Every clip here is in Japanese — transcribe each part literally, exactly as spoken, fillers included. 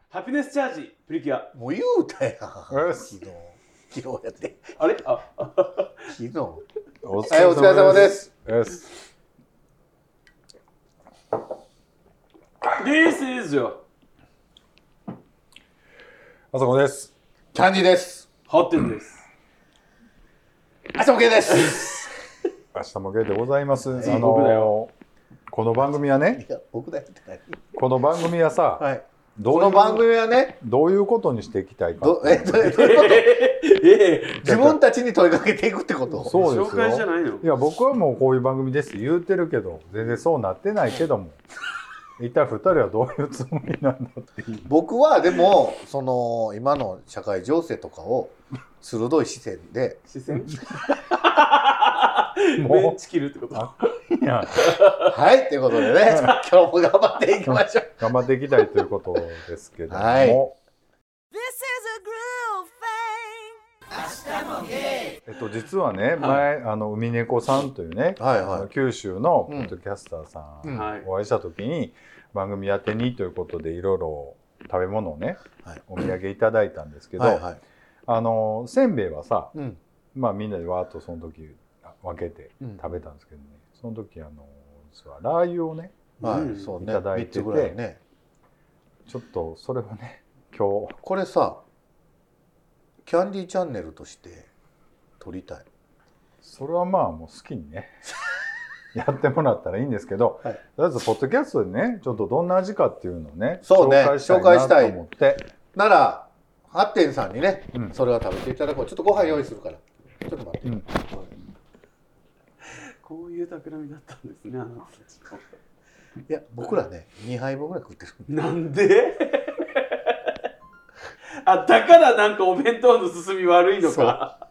ハピネスチャージプリキュア。 もう言うたやん。昨日昨日やってあれあ昨日おはい、お疲れ様です。 です。 This is your あそこです。 キャンディです。 ハッテンです。 明日もゲイです。 明日もゲイでございます。あ僕だよのこの番組はね、 いや僕だよって何？ この番組はさ、 はい。 どういうこの番組はね、 どういうことにしていきたいか。 どえどういうこと？ ええ自分たちに問いかけていくってこと？ そうですよ。 紹介じゃないの？ いや僕はもうこういう番組です言うてるけど、全然そうなってないけども。一体ふたりはどういうつもりなんだっていう。 僕はでもその今の社会情勢とかを鋭い視線で視線もうメンチ切るってこと？ いやはいということでね今日も頑張っていきましょう。 頑張っていきたいということですけども、 はいえっと実はね、前あの海猫さんというね、 はいはいあの九州のポッドキャスターさうんんはいお会いした時に番組宛てにということでいろいろ食べ物をね、 はい、 お土産いただいたんですけど、 はいはい、 あのせんべいはさ、 うん、 まあみんなでわーっとその時分けて食べたんですけどね、その時あの実はラー油をね、 はい、 うんそうね、 いただいててみっつぐらいね。 ちょっとそれをね今日これさキャンディーチャンネルとして撮りたい。 それはまあもう好きにねやってもらったらいいんですけど、 はい、 とりあえずポッドキャストでねちょっとどんな味かっていうのをねそうね紹介したいなと思ってならハッテンさんにね、 うん、 それは食べていただこう。ちょっとご飯用意するからちょっと待って、うん、 こういう企みだったんですね、あなたたちと。 いや僕らねにはいぶんぐらい食ってる。 なんであ、だからなんかお弁当の進み悪いのか。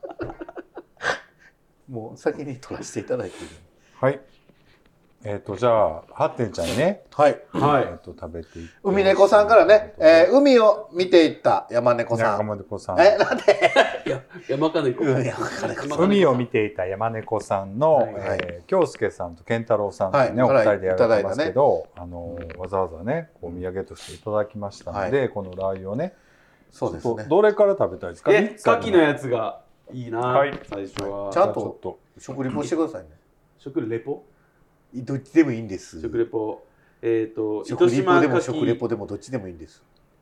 もう先に取らせていただいている。 はいえっ、ー、とじゃあハッテンちゃんにねはいはい、 えー、と食べていって海猫さんからね、えー、海を見ていった山猫さん。 山猫さんえなんでいや山金子、 うん、山金子さん海を見ていた山猫さんの、 はいえー、京介さんと健太郎さんとね、 はい、 お二人でやられてますけど、 ね、 あのわざわざねお土産としていただきましたので、はい、このラー油をね、 そうですね。 どれから食べたいですか？ え、牡蠣のやつがいいな、はい、最初は。 ちゃんと食リポしてくださいね。 食レポ？ どっちでもいいんです。 食レポ。えっ、ー、と食リポでも食レポでもどっちでもいいんです。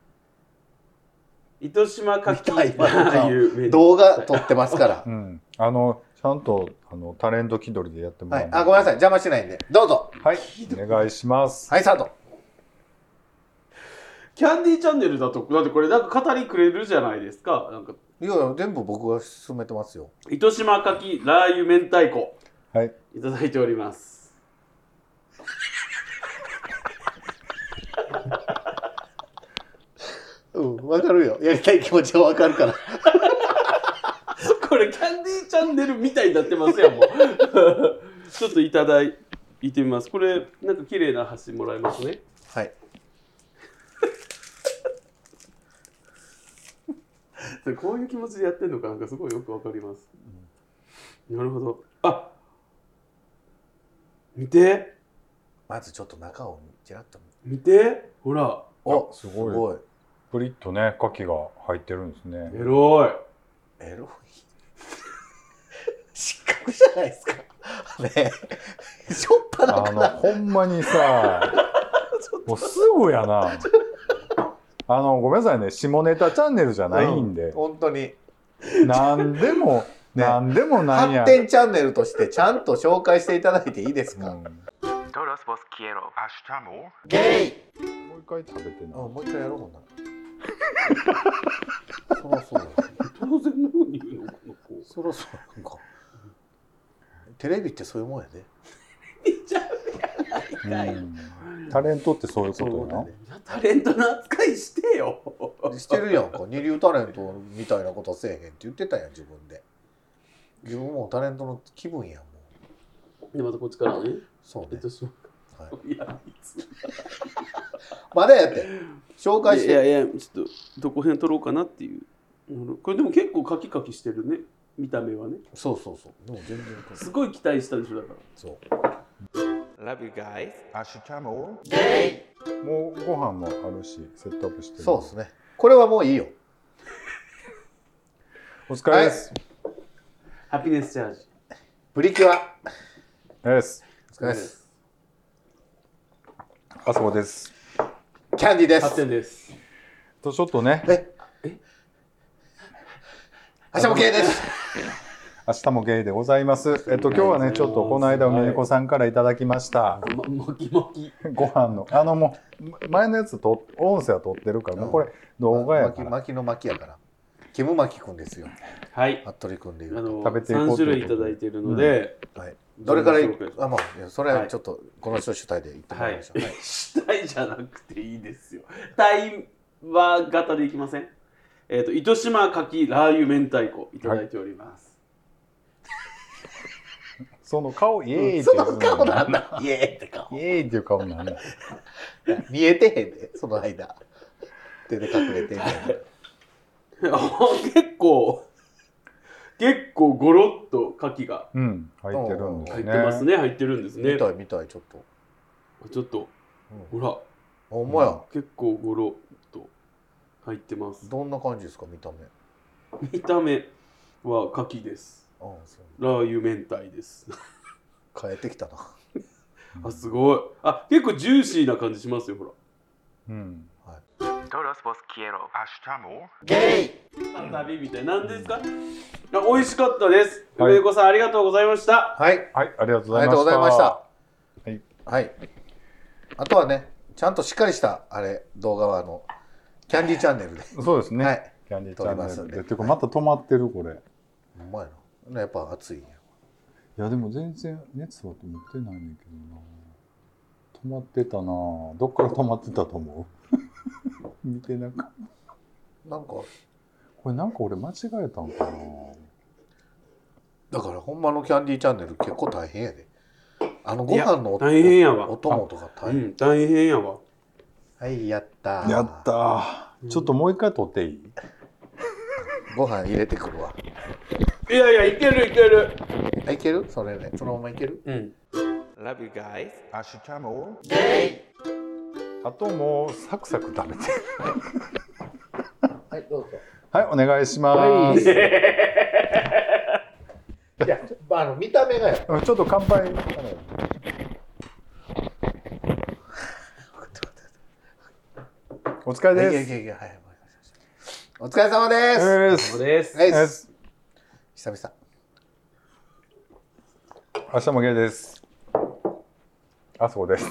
糸島牡蠣動画撮ってますから。 うん、あのちゃんとあのタレント気取りでやってもらう、はい、 あごめんなさい邪魔しないんでどうぞ。 はいお願いします。 はいスタート。 キャンディーチャンネルだとだってこれなんか語りくれるじゃないですか。なんかいやいや全部僕が進めてますよ。 糸島牡蠣ラー油明太子、 はい、 いただいております。 うん分かるよ。やりたい気持ちは分かるから。 これキャンディーチャンネルみたいになってますよもう。ちょっといただいてみます。これなんか綺麗な箸もらえますね。 はい。 こういう気持ちでやってるのかなんかすごいよくわかります、うん、なるほど。あ、見てまずちょっと中をちらっと見てほら。 おすごい、すごいプリッとね牡蠣が入ってるんですね。 エロいエロい失格じゃないですかねえしょっぱなあのほんまにさもうすぐやなあのごめんなさいね下ネタチャンネルじゃないんで、 うん、本当に何でも、ね、何でもなんや発展チャンネルとしてちゃんと紹介していただいていいですか、うん、ゲイもう一回食べてな。 もう一回やろうもんなそろそろ当然のように言うのこの子。 そろそろなんかテレビってそういうもんやで。 うん、タレントってそういうことな、ね、 タレントの扱いしてよしてるやんか。二流タレントみたいなことせえへんって言ってたやん自分で。自分もタレントの気分やんもう。でまたこっちからね。 そうね、 えっとそうはい、いやいつまだやって紹介して。 いやいやちょっとどこ辺取ろうかなっていう。これでも結構カキカキしてるね見た目はね。 そうそうそう。でも全然すごい期待したでしょだから。 そう。 Love you guys. アッシュチャムゲイもうご飯もあるしセットアップしてる。 そうですね。これはもういいよ。 お疲れです。 ハピネスチャージ。 プリキュア。 です。 お疲れです。 あそこです。 キャンディーです。 はってんです。 とちょっとね。 ええ明日もゲイです。 明日もゲイでございます。えっと今日はねちょっとこの間海猫さんからいただきました。 ももきもき。 ご飯のあのもう前のやつと音声は撮ってるから、もうこれ動画やから。 巻きの巻きやから。キムマキくんですよ。 はい。 服部くんでいう。 あの食べていこうと。 三種類いただいているので、 うん、はい。どれからいあもうそれはちょっとこの人主体で言ってもらいましょう。 はい。主体じゃなくていいですよ。対話型でいきません？えっと糸島かきラー油明太子いただいております。 はい、その顔イエーイっていうその顔なんだ。イエーイって顔。 イエーイっていう顔なんだ。 見えてへんでその間。手で隠れてみたいな。 結構結構ゴロッと牡蠣が、 うん、入ってるんですね。 入ってますね。入ってるんですね。 見たい見たいちょっと。 ちょっと、うん、ほら。 ほんまや。 結構ゴロッと入ってます。 どんな感じですか見た目？ 見た目は牡蠣です。 ああそうラー油明太です。 変えてきたな。 あすごい。あ結構ジューシーな感じしますよほら。 うん。 はい。 Todos vos quiero. Hasta ゲイ旅みたいなんですか？あ美味しかったです。梅子さんありがとうございました。 はいはいありがとうございました。 ありがとうございました。 はいはい。あとはねちゃんとしっかりしたあれ動画はあのキャンディーチャンネルで。 そうですね。 はい。 キャンディーチャンネルで。てかまた止まってるこれ。 ほんまやな。やっぱ暑いんや。 いやでも全然熱は止まってないねんけどな。止まってたな。どっから止まってたと思う？見てなかった。 なんかこれなんか俺間違えたんかな。 だからほんまのキャンディーチャンネル結構大変やで。あのご飯の大変やわ。 お供とか大変。 うん、大変やわ。 はいやったー。 やったー。ちょっともう一回撮っていい？ ご飯入れてくるわ。 いやいやいけるいける。 あいける？それねそのままいける？ うん。Love you guys. Hasta more. あともうサクサク食べて。 はいどうぞ。 はいお願いします。 いやあの見た目がや。 ちょっと乾杯。お疲れです。 いやいやいやはい、お疲れ様です。 そうです。 です。久々。 明日もゲイです。あそうです。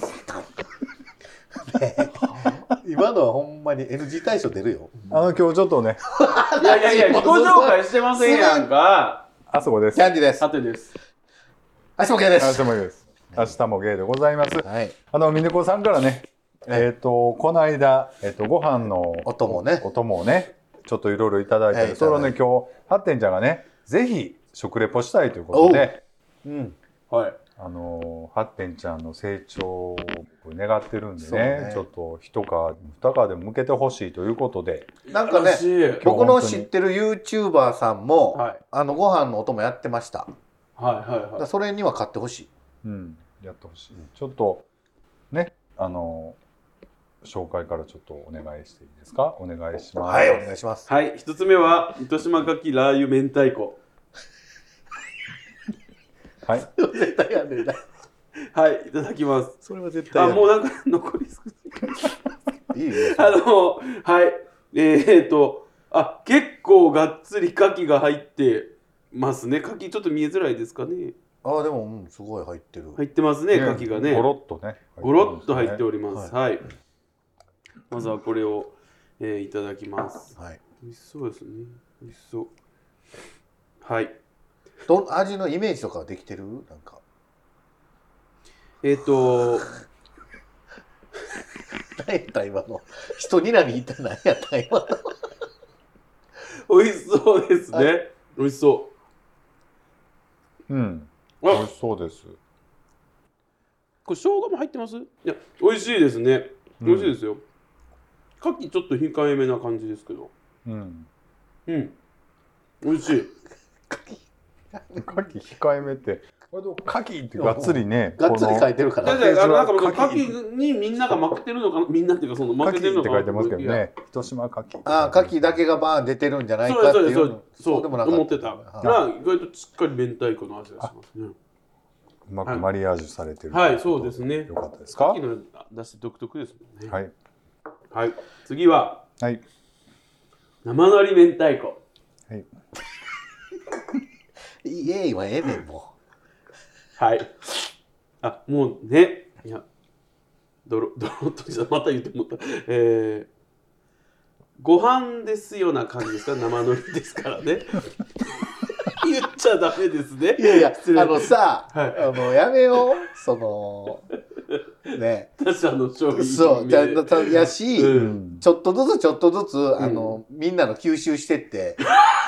今のはほんまに エヌジー 大賞出るよ。 あの今日ちょっとね。 いやいやいや自己紹介してませんやんか。 あそこです。 キャンディです。 ハテです。 明日もゲイです。 明日もゲイです。明日もゲイでございます。 はい。あのミネコさんからね、えっとこの間えっとご飯のお供ね、 お供をね、ちょっといろいろいただいて、それをね今日ハッテンちゃんがね、ぜひ食レポしたいということで、 うん、 はい。 あのハッテンちゃんの成長を願ってるんでね、ちょっと一皮二皮でも向けてほしいということで、 なんかね僕の知ってる YouTuber さんも、はい、あのご飯のお供やってました。 はいはいはい。 それには買ってほしい。 うん、やってほしい。ちょっとね、あの紹介からちょっとお願いしていいですか？お願いします。 はい、お願いします。 はい、一つ目は糸島かきラー油明太子。 はい。絶対やんねんな。 はい、いただきます。 それは絶対。 あ、もうなんか残り少し。 いいね。 あのはい、えー、っとあ結構がっつり牡蠣が入ってますね。牡蠣ちょっと見えづらいですかね。 あでも、うん、すごい入ってる。 入ってますね、牡蠣がね。 ゴロッとね。 ゴロッと入っております。はい。はい、まずはこれを、えー、いただきます。 はい。 美味しそうですね。美味しそう。はい。 どん味のイメージとかはできてる？なんか。 えっ、ー、と。 何やった今の。人にらみ言った何やった今の。 美味しそうですね。はい、美味しそう。 うん。美味しそうです。 これ生姜も入ってます？いや、美味しいですね。美味しいですよ。牡蠣ちょっと控えめな感じですけど。 うん。 うん。美味しい。 牡蠣控えめってこれとカキってがっつりね、 がっつり書いてるから。 だからなんかもうカカキキにみんなが負けてるのかな、みんなっていうかその負カキってけてるのかな書いてますけどね。糸島カキ。 ああ、牡蠣だけがバーン出てるんじゃないそうかっていうですそうですそうでもなかった思ってたら意外としっかり明太子の味がしますね。 うまくマリアージュされてる。 はい、そうですね。 よかったですか？ 牡蠣の出汁独特ですもんね。 はい。 はい。次ははい。 生海苔明太子。 はい。 イエーイはええねんもはい。あ、もうね、いや、ドロドロっとしたまた言ってもった。えー、ご飯ですよな感じですか？生海苔ですからね。言っちゃダメですね。 う。いやいや、 失礼あのさ、 はいあのやめよう。そのね。 他社の商品そう、じゃあやし、 ううんん。 ちょっとずつちょっとずつ、あの、みんなの吸収してって、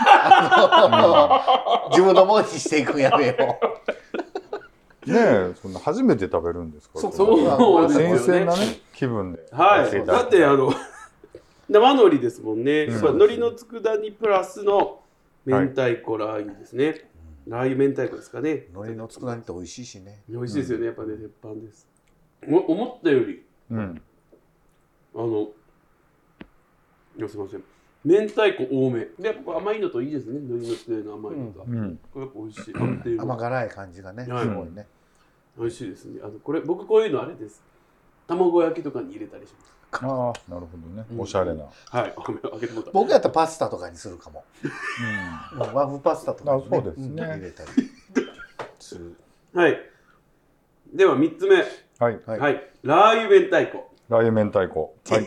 あの自分のものにしていくんやめよねえ、そんな初めて食べるんですから。 そうそうですよね。 新鮮なね気分で。 はい。 やだってあの生海苔ですもんね。 うんこれ海苔の佃煮プラスの明太子ラー油ですね。ラー油明太子ですかね。 う。海苔の佃煮って美味しいしね。 美味しいですよね。やっぱね、鉄板です。お思ったよりうん。 あのいやすみません。明太子多めでやっぱ甘いのといいですね。海苔の佃煮の甘いのが、 うん。 これやっぱ美味しい。安定甘辛い感じがね、すはいごいね。 美味しいですね。あのこれ僕こういうのあれです。卵焼きとかに入れたりします。 ああ、なるほどね。おしゃれな。 はい。ごめん開けてもらった。 僕やったらパスタとかにするかも。 ううん和風パスタとかに、 あそうですねん入れたりする。 はい。では三つ目。 はい。 はいはい。ラー油明太子。 ラー油明太子。はい。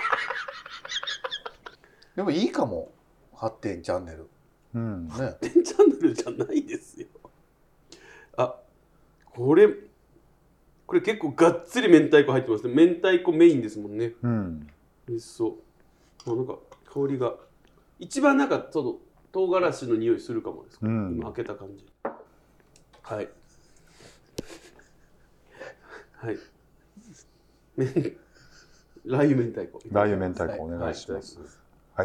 でもいいかも。発展チャンネル。 うん。 ね。 チャンネルじゃないですよ。あ、これ、これ結構がっつり明太子入ってますね。明太子メインですもんね。 うん。 美味しそう。あ、なんか香りが。一番なんかその唐辛子の匂いするかもです。 うん今開けた感じ。はい。はい。めんラー油明太子。 ラー油明太子お願いします。はい。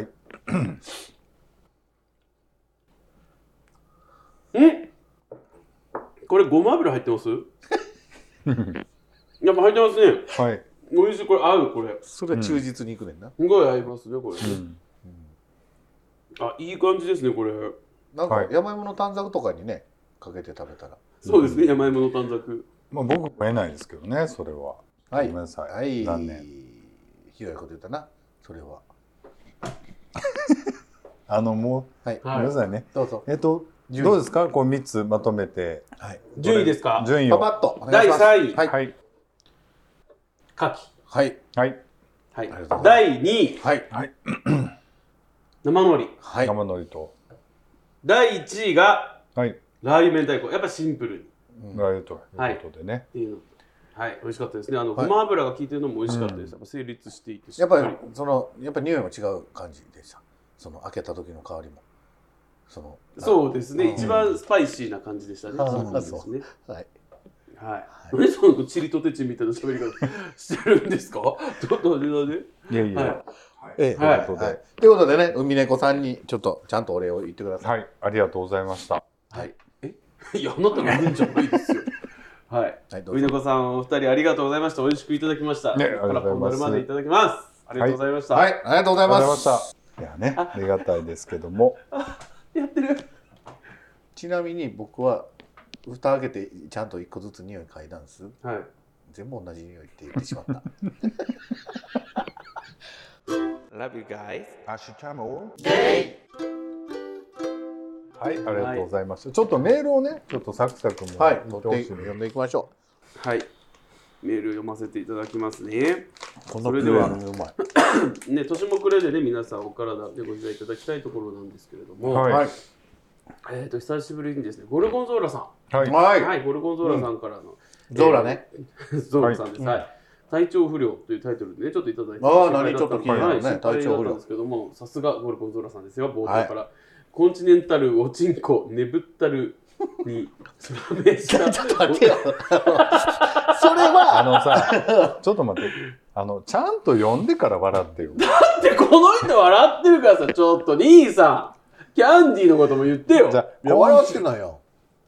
んこれごま油入ってますやっぱ入ってますね。 はい。 美味しい。これ合うこれ。 それは忠実にいくねんな。 すごい合いますねこれ。 うん。 あ、いい感じですねこれ。 なんかはい山芋の短冊とかにね、かけて食べたら。 そうですね、山芋の短冊。 まあ僕も得ないですけどね、それは。 はい。 ごめんなさい。 はい。 残念。 ひどいこと言ったな。それは。 あのもはい。 うごめんなさいね。 どうぞ。 えっと順位どうですか？こうみっつまとめてはい。 順位ですか？ パ順位を。 パッとお願いだいします。 さんい、 はい。 はい牡蠣。 はい。 はいはいありがとうございますだいにい、 はい。 生海苔。 はい。 生海苔とだいいちいがはいラー油明太子。やっぱシンプルにっうんラー油ということでね。 ていうの。はい、美味しかったですね。あの、 はいごま油が効いてるのも美味しかったです。やっぱ成立していてしやっぱりっかり。 そのやっぱり匂いも違う感じでした。その開けた時の香りも。そのそうですね、 うん一番スパイシーな感じでしたね。 あーシンプルですね。 はい。 はい。何そのチリとテチみたいな喋り方してるんですか？ちょっと待って待って。 いやいや。 はいええはいということではい。ということでね、海猫さんにちょっとちゃんとお礼を言ってください。 はい、ありがとうございました。 はい。 いや、あなたが言うんじゃないですよ。はい。 はい、どうぞ。 海猫さんお二人ありがとうございました。美味しくいただきました。 ねこれからポンドルまでいただきます。ありがとうございました。 はい、ありがとうございありがとうごます。 ざいました。いやね、ありがたいですけども。 やってる。 ちなみに僕は蓋開けてちゃんと一個ずつ匂い嗅いだんです。 はい。 全部同じ匂いって言ってしまった。 Love you guys. アシュチャモはい、ありがとうございました。ちょっとメールをね、ちょっとサクサクもはい、 見取っててほしい読んでいきましょはい。メール読ませていただきますね。 う。このピそれではュアのうまい。 ね、年も暮れでね、皆さんお体でご自愛いただきたいところなんですけれども、 はいはい。 えっ、と久しぶりにですね、ゴルゴンゾーラさん、 はい。 はい。 はい、ゴルゴンゾーラさんからの、 ゾーラね。 えーゾーラさんです。 はいはい。体調不良というタイトルでね、ちょっといただいて、 あー心配だた何ちょっと気になるねはい、 体調不良心配だったんですけども、さすがゴルゴンゾーラさんですよ、冒頭から。コンチネンタルおちんこねぶったるにつらめした。 ちょっと待ってよ。それはあのさ、ちょっと待って。あの、ちゃんと読んでから笑ってよ。 で、この人笑ってるからさ、ちょっと兄さん、キャンディーのことも言ってよ。 じゃあ、 いや笑わしてないよ。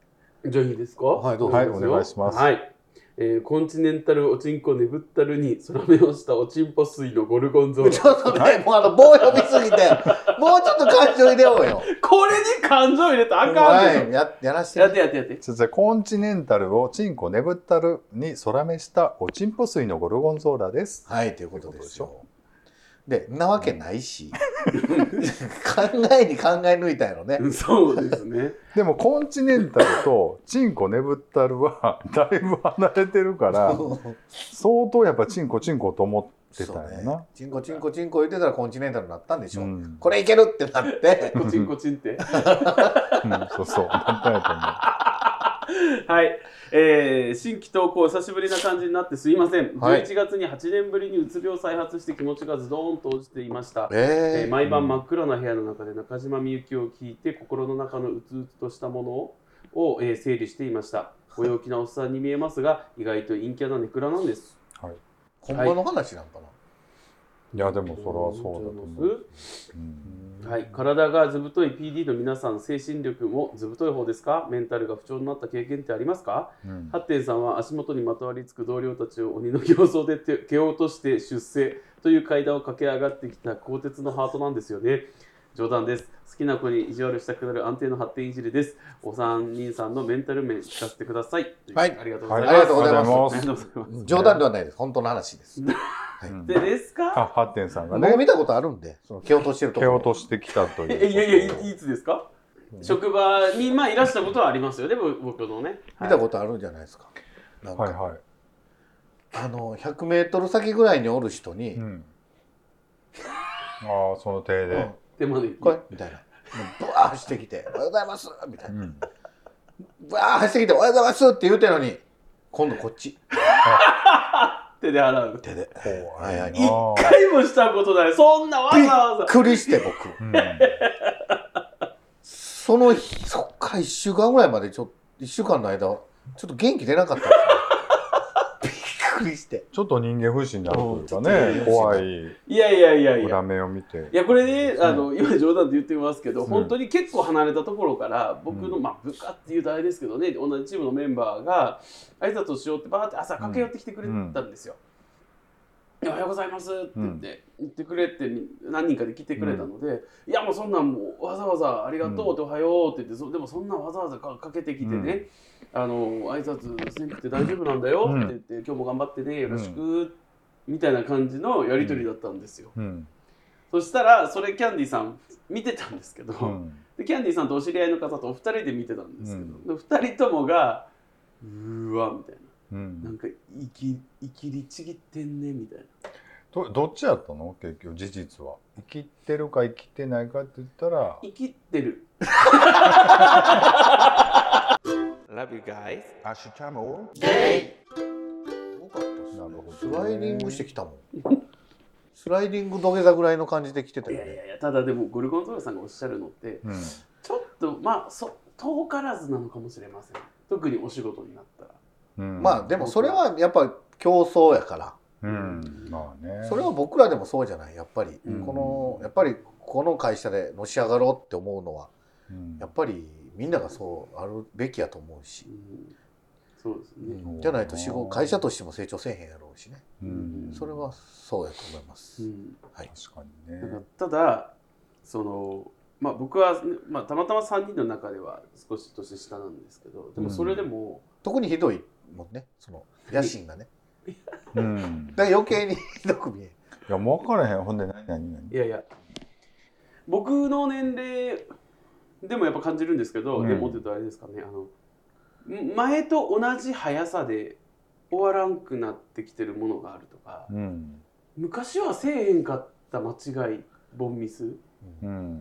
じゃあいいですか。 はいどうぞ。 はいお願いします。 はい。えー、コンチネンタルおちんこねぶったるに空目をしたおちんぽ水のゴルゴンゾーラ。 ちょっとね、もうあの棒呼びすぎて、もうちょっと感情入れようよ。 これに感情入れたらあかんでしょ。 はい、ややらして。 やってやってやって。 じゃあコンチネンタルをチンコねぶったるに空目したおちんぽ水のゴルゴンゾーラです。 はい、ということですよ。で、なわけないし、考えに考え抜いたやろね。 そうですね。 でもコンチネンタルとチンコねぶったるはだいぶ離れてるから相当やっぱチンコチンコと思ってたんやな、ね、 チンコチンコチンコ言ってたらコンチネンタルになったんでしょ、うん、これいけるってなってコチンコチンって、うん、 そうそうなったんやと思う。 はい、えー、新規投稿久しぶりな感じになってすいません、はい、じゅういちがつにはちねんぶりにうつ病再発して気持ちがズドーンと落ちていました、えーえー、毎晩真っ暗な部屋の中で中島みゆきを聴いて心の中のうつうつとしたものをを、えー、整理していました。ご陽気なおっさんに見えますが意外と陰キャなネクラなんです、 はい、今後の話なんかな、 はい、いやでもそれはそうだと思う、 うん、はい、体がずぶとい ピーディー の皆さん、精神力もずぶとい方ですか？メンタルが不調になった経験ってありますか？うん、ハッテンさんは足元にまとわりつく同僚たちを鬼の形相で蹴落として出世という階段を駆け上がってきた鋼鉄のハートなんですよね。冗談です。好きな子に意地悪したくなる安定の発展いじりです。お三人さんのメンタル面聞かせてください。 はい、 ありがとうございます。 はい、ありがとうございます。冗談ではないです。本当の話です。 はい、でですか？ あ、ハッテンさんがね。 僕見たことあるんで、その蹴落としてるところ。 蹴落としてきたという。 いやいやいつですか？うん、職場にまあいらしたことはありますよね、僕のね。 見たことあるんじゃないですか。なんかはいはい。あのひゃくメートル先ぐらいにおる人に、うん、 ああその手で。うんでもね、 これみたいな、ブワー走ってきて「おはようございます」みたいな、うん、ブワー走ってきて「おはようございます」って言うてんのに今度こっち手で洗う。 手ではいはい、一回もしたことない。そんなわざわざびっくりして僕、うん、その日そっからいっしゅうかんぐらいまでちょっといっしゅうかんの間ちょっと元気出なかったんですよ。びっくりしてちょっと人間不信になるというかね、怖いいやいやいやいや裏目を見て、 いやこれね、あの今冗談で言ってますけど、うん、本当に結構離れたところから僕の、うん、まあ部下っていうとあれですけどね、同じチームのメンバーが挨拶をしようってバーって朝駆け寄ってきてくれたんですよ、うん、おはようございますって言って、うん、言ってくれって何人かで来てくれたので、うん、いやもうそんなんもうわざわざありがとうっておはようって言って、でもそんなわざわざかけてきてね、うんあの挨拶せんくて大丈夫なんだよって言って、うん、今日も頑張ってねよろしく、うん、みたいな感じのやり取りだったんですよ、うん、そしたらそれキャンディーさん見てたんですけど、うん、でキャンディーさんとお知り合いの方とお二人で見てたんですけど、うん、ふたりともがうーわみたいな、うん、なんかいきいきりちぎってんねみたいな。 ど, どっちやったの結局事実は。生きてるか生きてないかって言ったら生きてる。Love you guys。 アシュチャモ。 よかったです。スライディングしてきたもん。スライディング土下座ぐらいの感じで来てたよね。 いやいやいや、ただでもゴルゴンゾーラさんがおっしゃるのって、うん、ちょっとまあそ遠からずなのかもしれません。特にお仕事になったら。 うん、まあでもそれはやっぱ競争やから。 うん、まあね。 それは僕らでもそうじゃない。やっぱり、うん、このやっぱりこの会社でのし上がろうって思うのは、うん、やっぱりみんながそうあるべきやと思うし、うん、 そうですね、 うん、じゃないと仕事会社としても成長せえへんやろうしね、うん、それはそうやと思います、うんはい、確かにね。 なんかただその、まあ、僕は、まあ、たまたまさんにんの中では少し年下なんですけど、でもそれでも、 うん、特にひどいもんね、その野心がねうん、だから余計にひどく見える。 いやもう分からへん。ほんで何何何いやいや僕の年齢でもやっぱ感じるんですけど、うん、でもって言うとあれですかね、あの前と同じ速さで終わらんくなってきてるものがあるとか、うん、昔はせえへんかった間違いボンミス、うん、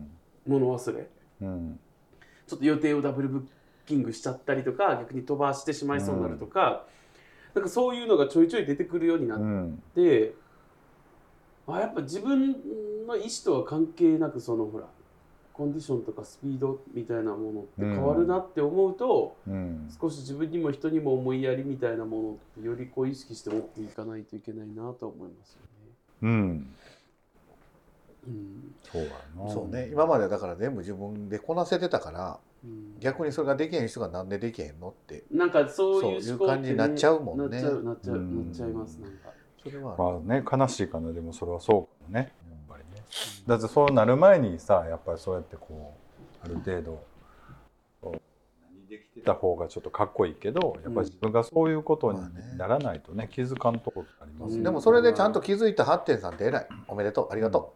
物忘れ、うん、ちょっと予定をダブルブッキングしちゃったりとか逆に飛ばしてしまいそうになるとか、うん、なんかそういうのがちょいちょい出てくるようになって、うん、あやっぱ自分の意思とは関係なくそのほらコンディションとかスピードみたいなものって変わるなって思うと、うん、少し自分にも人にも思いやりみたいなものってよりこう意識して持っていかないといけないなと思いますよね。 うん、 うん、 そうやな。 そうね、今までだから全部自分でこなせてたから、 うん、 逆にそれができへん人がなんでできへんのってなんかそういうそういう思考って、ね、 感じになっちゃうもんね。 なっちゃうなっちゃう、 うん、 なっちゃいます。なんかそれはまあね、悲しいかな。でもそれはそうかもね、やっぱりね。だってそうなる前にさ、やっぱりそうやってこうある程度何できてた方がちょっとかっこいいけど、やっぱり自分がそういうことにならないとね、気づかんとこありますね、 うん、でもそれでちゃんと気づいたハッテンさんって偉い。おめでとう、ありがと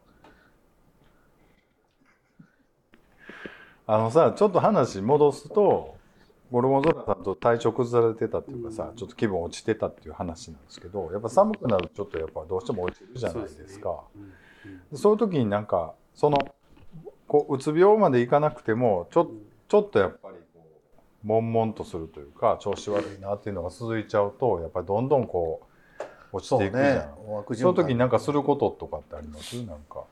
う。あのさ、ちょっと話戻すと、ゴルゴンゾーラさんと体調崩されてたっていうかさ、うん、ちょっと気分落ちてたっていう話なんですけど、やっぱ寒くなるとちょっとやっぱどうしても落ちるじゃないですか。そうですね。うん、そういう時になんかそのこううつ病までいかなくてもちょ、ちょっとやっぱりこう悶々とするというか調子悪いなっていうのが続いちゃうとやっぱりどんどんこう落ちていくじゃん。そうね、その時になんかすることとかってあります？なんか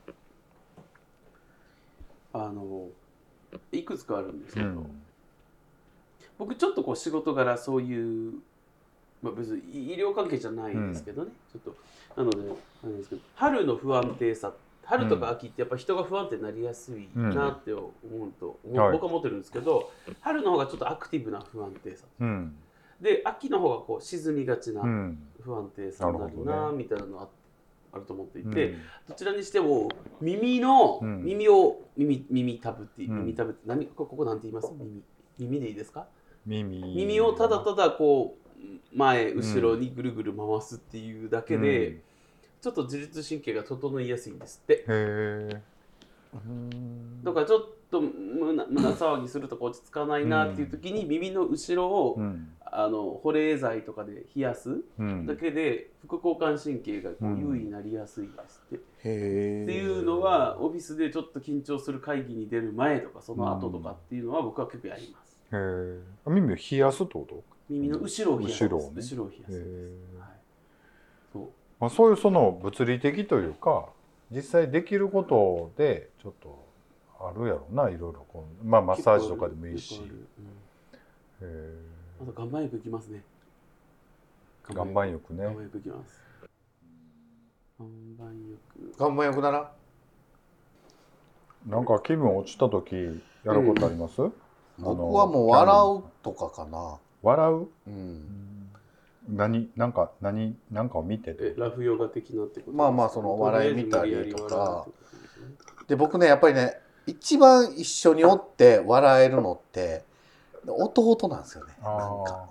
あのいくつかあるんですけど、うん、僕ちょっとこう仕事柄そういう、まあ、別に医療関係じゃないんですけどね、うん、ちょっとなのでなんですけど、春の不安定さ、春とか秋ってやっぱ人が不安定になりやすいなって思うと、うん、僕は思ってるんですけど、はい、春の方がちょっとアクティブな不安定さ、うん、で秋の方がこう沈みがちな不安定さになるなみたいなのがあると思っていて、うん、どちらにしても耳の、うん、耳を耳耳たぶって、うん、耳たぶって何ここなんて言います？耳耳でいいですか？ 耳耳をただただこう前後ろにぐるぐる回すっていうだけで、うん、ちょっと自律神経が整いやすいんですって。へー。だからちょっと胸騒ぎするとか落ち着かないなっていう時に耳の後ろを、うん、あの保冷剤とかで冷やすだけで副交感神経がこう優位になりやすいですって、うん、へー。っていうのはオフィスでちょっと緊張する会議に出る前とかその後とかっていうのは僕は結構やります。 へー。耳を冷やすってこと？ 耳の後ろを冷やす。 後ろをね。 後ろを冷やす。はい。 そう。まあ、そういうその物理的というか実際できることでちょっとあるやろうな、いろいろこう、まあ、マッサージとかでもいいし、 うん、へあと岩盤浴行きますね。 岩盤浴ね。 岩盤浴行きます。岩盤浴岩盤浴ならなんか気分落ちた時やることあります？うん、 僕はもう笑うとかかな。 笑う？うん、何なんか何なんかを見ててラフヨガ的なってこと？ まあまあその笑い見たりとかで、僕ねやっぱりね一番一緒におって笑えるのって弟なんですよね。なんか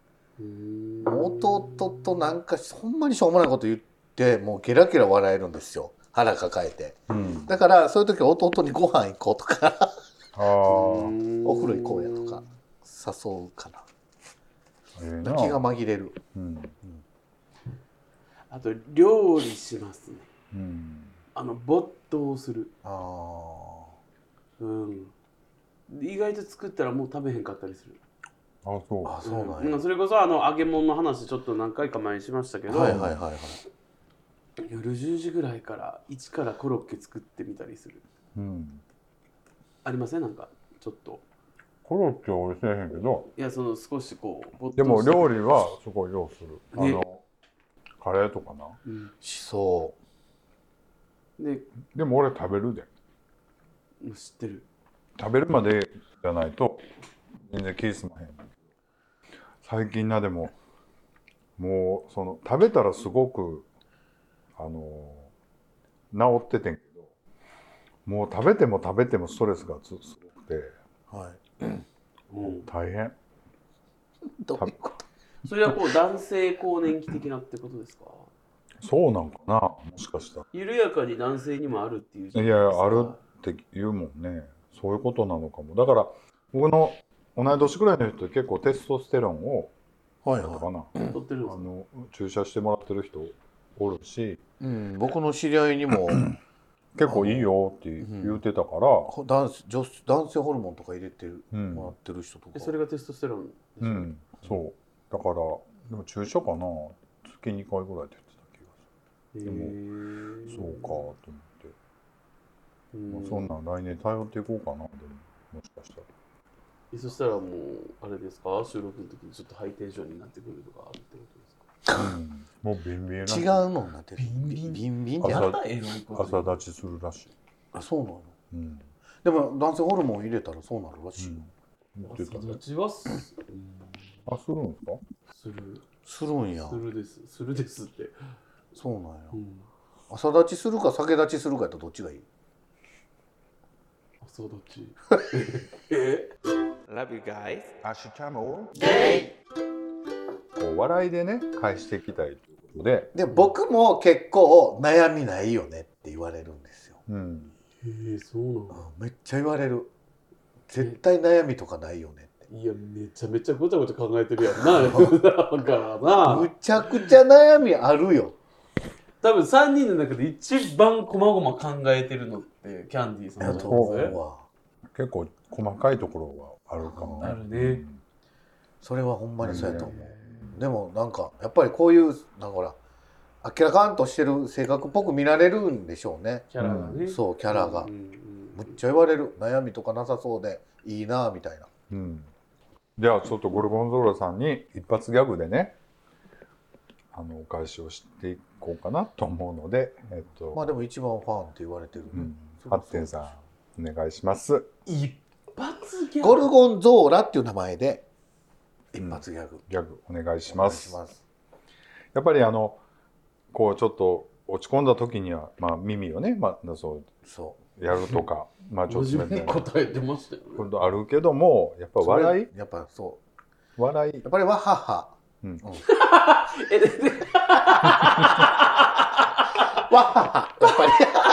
弟となんかほんまにしょうもないこと言ってもうゲラゲラ笑えるんですよ、腹抱えて、うん、だからそういう時は弟にご飯行こうとかあお風呂行こうやとか誘うかな。気が紛れる、うんうん、 あと料理しますね、うん、あの没頭する。あ、うん、意外と作ったらもう食べへんかったりする。 あ、そう。 あ、そうなんや。 それこそあの揚げ物の話ちょっと何回か前にしましたけど、はいはいはいはい、夜じゅうじぐらいから一からコロッケ作ってみたりする、うん、ありません？なんかちょっとコロッケは俺せえへんけど、 いやその少しこうでも料理はすごいようする、ね、あのカレーとかな、 うん、しそうででも俺食べるで。 知ってる。 食べるまでじゃないと全然気済まへん。最近な、でももうその食べたらすごくあの治っててんけど、もう食べても食べてもストレスがすごくて、はい、うん、大変。 どういうこと？ それはこう男性更年期的なってことですか？ そうなんかな、もしかしたら。 緩やかに男性にもあるっていう。 いやいや、あるって言うもんね。そういうことなのかも。だから僕の同い年ぐらいの人って結構テストステロンを、はいはい、かな、 取ってるんですか？ あの注射してもらってる人おるし、 うん、僕の知り合いにも結構いいよって言うてたから、 うん、男, 女男性ホルモンとか入れてる、うん、もらってる人とか。 それがテストステロンですね。 うん、そうだからでも注射かな、月にかいぐらいって言ってた気がする。でもそうかと思って、まあ、そんなん来年頼っていこうかな。でももしかしたらそしたらもうあれですか、収録の時にちょっとハイテンションになってくるとかあるってことですか？ うん、もうビンビン違うのになってる。 ビンビンビンビンってやったらエロいこと朝立ちするらしい。 あ、そうなの、 うん、 でも男性ホルモン入れたらそうなるらしいよ、 うん、 朝立ちはす、うん、 あ、するんですか？ するするんや。 するですするですって。 そうなんや、 うん、 朝立ちするか酒立ちするかやったらどっちがいい？ 朝立ちえ Love you guys 明日もこう笑いでね返していきたいということで、 で僕も結構悩みないよねって言われるんですよ、 うん、 えー、そうなの？ うん、めっちゃ言われる。絶対悩みとかないよねって。 いやめちゃめちゃごちゃごちゃ考えてるやんなだからな。 むちゃくちゃ悩みあるよ。 多分さんにんの中で一番こまごま考えてるのってキャンディーさんだと思うぜ。 結構細かいところはあるかもね。 あるね、 うん、 それはほんまにそうやと思う。でもなんかやっぱりこういうなんかほら明らかんとしてる性格っぽく見られるんでしょうね、 キャラがね、うん、 そうキャラが、うんうん、むっちゃ言われる。悩みとかなさそうでいいなみたいな、 うん、じゃあちょっとゴルゴンゾーラさんに一発ギャグでねあのお返しをしていこうかなと思うので、えっと、 まあでも一番ファンって言われてる、ね、うん、 ハッテンさんお願いします。 一発ギャグ、 ゴルゴンゾーラっていう名前で一発ギャグ、 うん、ギャグお願いします。やっぱりあのこうちょっと落ち込んだ時には、まあ、耳をね、まあ、そうそうやるとか、まあちょっと真面目に答えてましたよね。 今度あるけどもやっぱ笑いやっぱそう笑いやっぱりわはは、うんうん、 えででわははやっぱり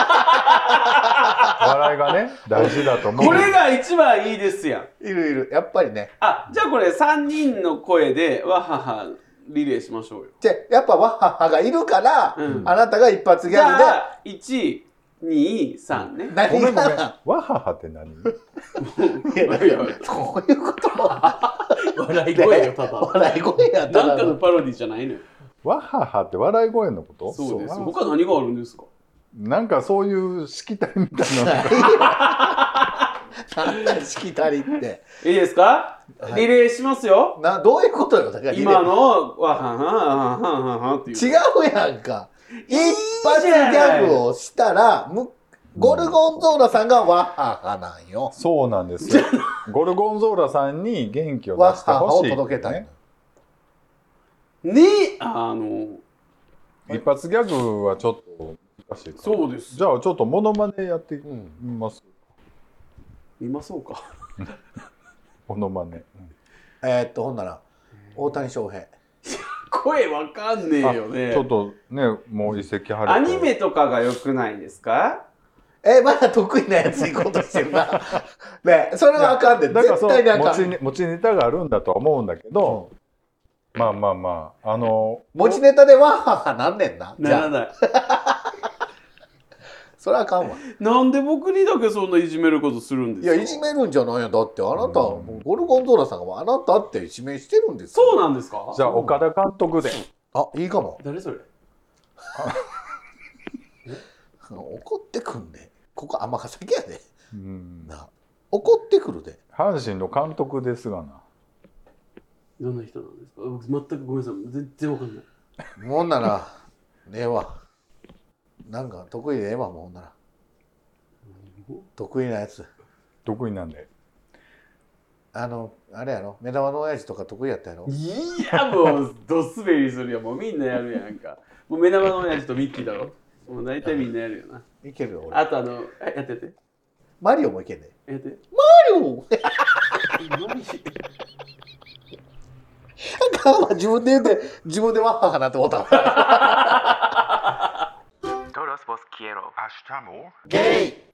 笑いがね大事だと思う。 これが一番いいですやん。 いるいるやっぱりね。 あ、じゃあこれさんにんの声でわははリレーしましょうよ。 じゃあやっぱわははがいるから、うん、あなたが一発ギャグで。 じゃあいち、に、さんね。 何ごめんごめん。わははって何？いやいやいやそういうこと笑い声よただ。 笑い声やったら。 なんかのパロディじゃないのよ。 わははって笑い声のこと？ そうです。他何があるんですか？ なんかそういうしきたりみたいな。 なんだしきたりって。 いいですか？はい、リレーしますよ。 などういうことよ。だから今のわはははははっていう。 違うやんか。一発ギャグをしたらゴルゴンゾーラさんがわははなんよ。 そうなんですよ。ゴルゴンゾーラさんに元気を出してほしい、ね。わははを届けたい。 ね、あの一発ギャグはちょっと難しいか。 そうです。 じゃあちょっとモノマネやってみます。 見まそうか。 モノマネ。 えー、っとほんなら大谷翔平。 声わかんねえよね。 ちょっとねもう一席張る。アニメとかが良くないですか？ えまだ得意なやつ行こうとしてるな。ねそれはあかんで。 だからそう持ち持ちネタがあるんだとは思うんだけど。うんまあまあまあ、あの持ちネタでわははなんねんな。 ならない。 それはあかんわ。 なんで僕にだけそんないじめることするんですか？ いやいじめるんじゃないよ。だってあなた、うん、ゴルゴンゾーラさんがあなたって指名してるんですよ。そうなんですか？ じゃあ岡田監督で。 あいいかも。 誰それ？ 怒ってくんで。ここ尼崎やで。うんな怒ってくるで。 阪神の監督ですがな。 どんな人なんですか？僕全くごめんなさい全然わかんない。 もんならええわ。なんか得意でええわもんなら。得意なやつ。 得意なんで。 あのあれやろ目玉の親父とか得意やったやろ。 いやもうドスベリするやん。もうみんなやるやんか。もう目玉の親父とミッキーだろ。もう大体みんなやるよな。 いけるよ俺。 あとあのやってて。 マリオもいけんね。 やって。 マリオ。自分で言うて自分でワッハハなって思った。ゲイ。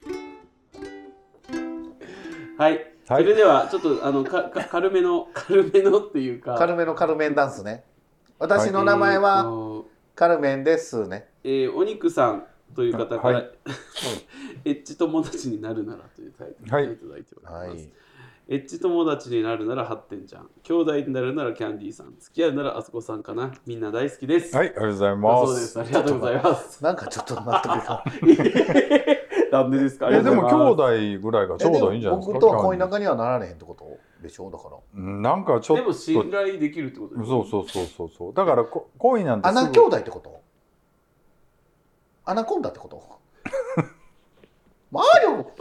はい。それではちょっとあのかか軽めの軽めのっていうか軽めのカルメンダンスね。私の名前は、はい、カルメンですね。 えー、お肉さんという方から、 はい、 エッチ友達になるならというタイトルをいただいております。はいはいエッチ友達になるならハッテンちゃん、兄弟になるならキャンディーさん、付き合うならあそこさんかな。みんな大好きです。 はい、ありがとうございます。 そうです。ありがとうございます。 なんかちょっと納得いかん。なんでですか。 えでも兄弟ぐらいがちょうどいいんじゃないですか。 僕とは恋仲にはなられへんってことでしょうだから。 なんかちょっと。 でも信頼できるってことです。 そうそうそうそうそう。だからこ恋なんてすぐ。 穴兄弟ってこと？アナコンダってこと？ マリオ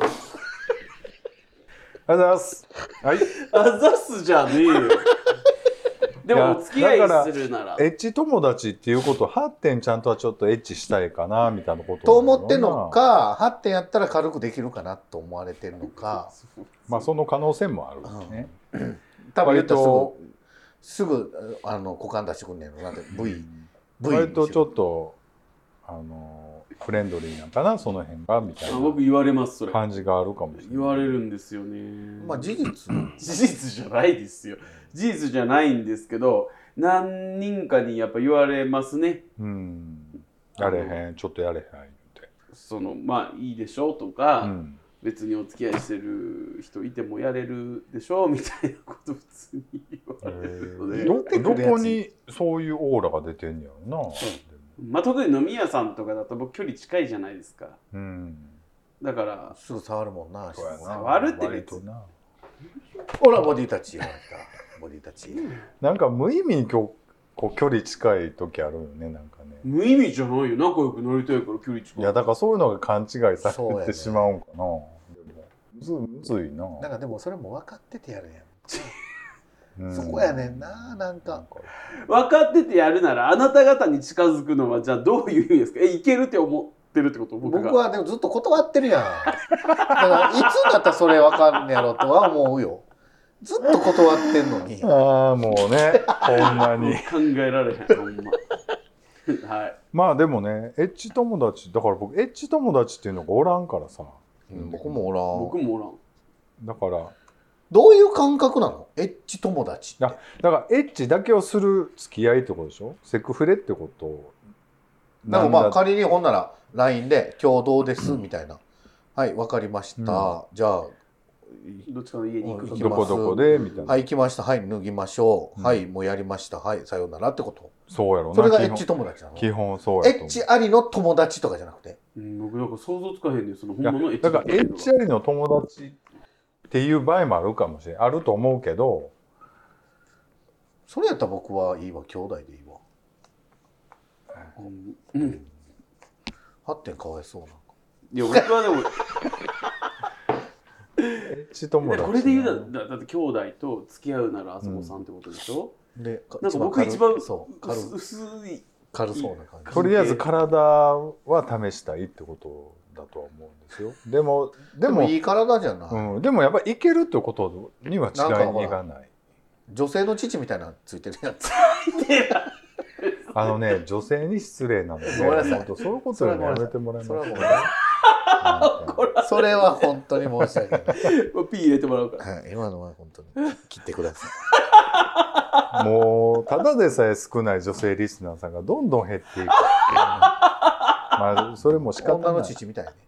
ありがとうございます。はい。 あざすじゃねえよ。でもお付き合いするなら。 エッチ友達っていうことはってんちゃんとはちょっとエッチしたいかなみたいなことと思ってんのか、はってんやったら軽くできるかなと思われてるのか。 まあその可能性もあるね。 うん、多分言ったらすぐすぐあの股間出してくんねんのなんて V。 割とちょっとあのフレンドリーなんかなその辺がみたいな。 僕言われますそれ。 感じがあるかもしれない。 言われるんですよね。 まあ事実事実じゃないですよ。事実じゃないんですけど、何人かにやっぱ言われますね。 うん。やれへん、ちょっとやれへんって。 そのまあいいでしょうとか、 うん、 別にお付き合いしてる人いてもやれるでしょうみたいなこと普通に言われるので。 ど, どこにそういうオーラが出てんやろな。 まあ特に飲み屋さんとかだと僕距離近いじゃないですか。 うん。 だからすぐ触るもんな。 触るって別に。 ほらボディタッチ言われた。ボディタッチ。 なんか無意味にこうこう距離近い時あるよねなんかね。 無意味じゃないよ。仲良くなりたいから距離近い。 いやだからそういうのが勘違いされてしまうんかな。でもむずむずいな。 なんかでもそれも分かっててやるやん。うん、そこやねんな。なんか分かっててやるならあなた方に近づくのはじゃあどういう意味ですか。えいけるって思ってるってこと？僕が僕はでもずっと断ってるやん。だからいつになったらそれ分かんねやろとは思うよ。ずっと断ってんのに。 ああもうねほんまに考えられへんほんま。はい。 まあでもねエッチ友達だから僕エッチ友達っていうのがおらんからさ。 うん、僕もおらん。 僕もおらん。 だからどういう感覚なの？エッチ友達って。 だからエッチだけをする付き合いってことでしょ？セクフレってこと。 でもまあ仮にほんなら ライン で今日どうですみたいな。はいわかりました。うん、じゃあどっちかの家に行くどこどこでみたいな。 はい行きました。はい脱ぎましょう。うん、はいもうやりました。はいさようならってこと。 そうやろな。 それがエッチ友達なの？ 基本そうやと思う。 エッチありの友達とかじゃなくて。 うん、僕なんか想像つかへんねんその本物のエッチだからエッチありの友達っていう場合もあるかもしれない。あると思うけど。 それやったら僕はいいわ兄弟でいいわ。うん。うん、はってんかわいそうなんか。 いや僕はでもエッチ友達これで言うだだって兄弟と付き合うならあそこさんってことでしょ。うん、でなんか僕一番そう軽薄い軽そうな感じ。 とりあえず体は試したいってことだとは思うんですよ。でもでもいい体じゃない。 うん、でもやっぱりいけるってことには違いがない。 女性の乳みたいなのついてるやつ。 あのね女性に失礼なので、 ごめんなさい。 そういうことをやめてもらいます。 それは本当に申し訳ない。 ピー入れてもらうから。 はい、今のは本当に切ってください。もうただでさえ少ない女性リスナーさんがどんどん減っていく。まあそれも仕方ない。 女の父みたいね。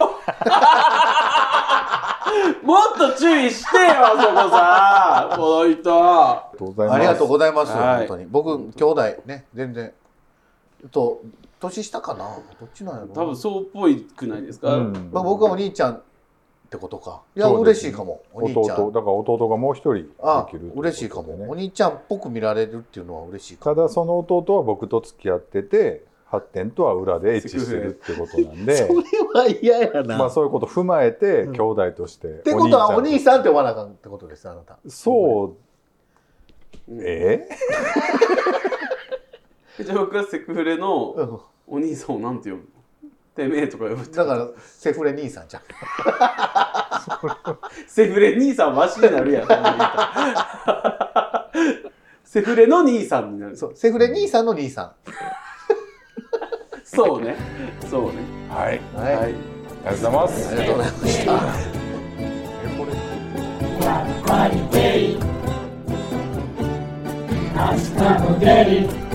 もっと注意してよそこさこの人。 ありがとうございます。はい、本当に僕兄弟ね全然と年下かなどっちなんやろ。 多分そうっぽいくないですか。うん、 まあ僕はお兄ちゃんってことか。いや嬉しいかも。お兄ちゃん。 弟だから弟がもう一人できる、 あ嬉しいかも。お兄ちゃんっぽく見られるっていうのは嬉しいかも。 ただその弟は僕と付き合ってて。発展とは裏でエッチしてるってことなんでそれは嫌やな。 まあそういうこと踏まえて、うん、兄弟としてってことはお兄さんって呼ばなあかんってことですあなた。 そう、うん、えじゃあ僕はセクフレのお兄さんをなんて呼ぶの？てめえとか呼ぶってだからセフレ兄さんじゃん。 セフレ兄さんわしになるやん。セフレの兄さんになる。 そうセフレ兄さんの兄さん。 そうね、そうね。 はい、 はい、はい、 ありがとうございます。 ありがとうございました。 え、これ。 やっぱりゲイ。明日もゲイ。